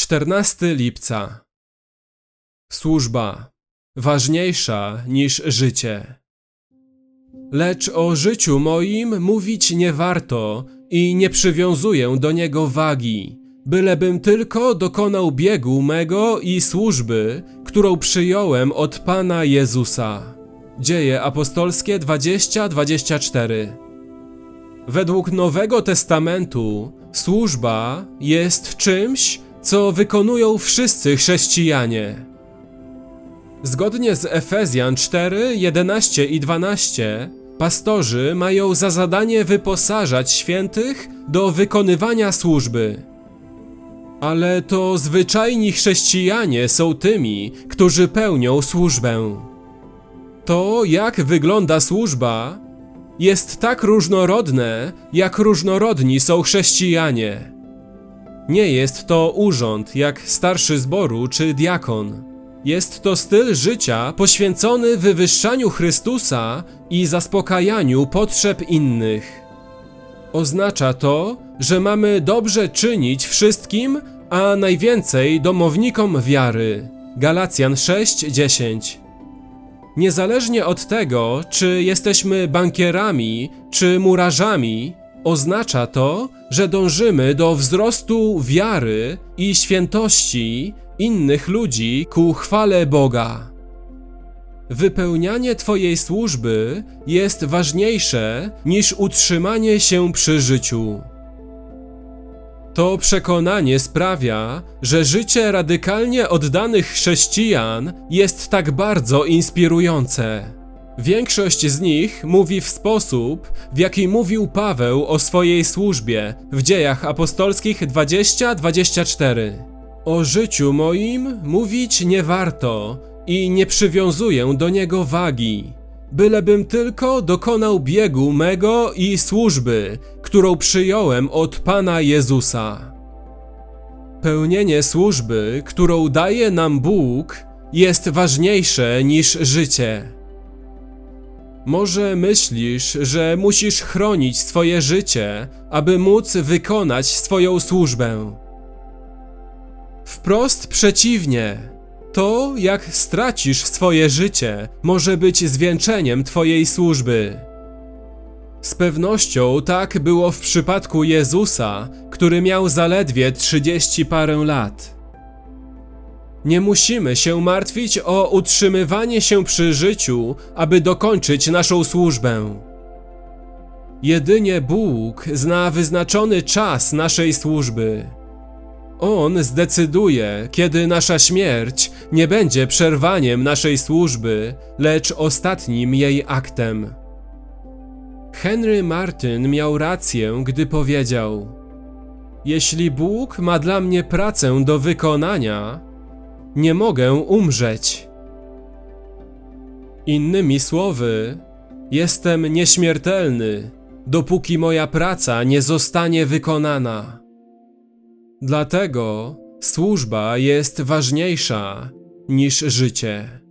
14 lipca. Służba ważniejsza niż życie. Lecz o życiu moim mówić nie warto i nie przywiązuję do niego wagi, bylebym tylko dokonał biegu mego i służby, którą przyjąłem od Pana Jezusa. Dzieje apostolskie 20:24. Według Nowego Testamentu służba jest czymś, co wykonują wszyscy chrześcijanie. Zgodnie z Efezjan 4:11 i 12 pastorzy mają za zadanie wyposażać świętych do wykonywania służby. Ale to zwyczajni chrześcijanie są tymi, którzy pełnią służbę. To, jak wygląda służba, jest tak różnorodne, jak różnorodni są chrześcijanie. Nie jest to urząd jak starszy zboru czy diakon. Jest to styl życia poświęcony wywyższaniu Chrystusa i zaspokajaniu potrzeb innych. Oznacza to, że mamy dobrze czynić wszystkim, a najwięcej domownikom wiary. Galacjan 6:10. Niezależnie od tego, czy jesteśmy bankierami, czy murarzami, oznacza to, że dążymy do wzrostu wiary i świętości innych ludzi ku chwale Boga. Wypełnianie Twojej służby jest ważniejsze niż utrzymanie się przy życiu. To przekonanie sprawia, że życie radykalnie oddanych chrześcijan jest tak bardzo inspirujące. Większość z nich mówi w sposób, w jaki mówił Paweł o swojej służbie w Dziejach Apostolskich 20:24. O życiu moim mówić nie warto i nie przywiązuję do niego wagi, bylebym tylko dokonał biegu mego i służby, którą przyjąłem od Pana Jezusa. Pełnienie służby, którą daje nam Bóg, jest ważniejsze niż życie. Może myślisz, że musisz chronić swoje życie, aby móc wykonać swoją służbę. Wprost przeciwnie. To, jak stracisz swoje życie, może być zwieńczeniem Twojej służby. Z pewnością tak było w przypadku Jezusa, który miał zaledwie 30 parę lat. Nie musimy się martwić o utrzymywanie się przy życiu, aby dokończyć naszą służbę. Jedynie Bóg zna wyznaczony czas naszej służby. On zdecyduje, kiedy nasza śmierć nie będzie przerwaniem naszej służby, lecz ostatnim jej aktem. Henry Martyn miał rację, gdy powiedział: jeśli Bóg ma dla mnie pracę do wykonania, nie mogę umrzeć. Innymi słowy, jestem nieśmiertelny, dopóki moja praca nie zostanie wykonana. Dlatego służba jest ważniejsza niż życie.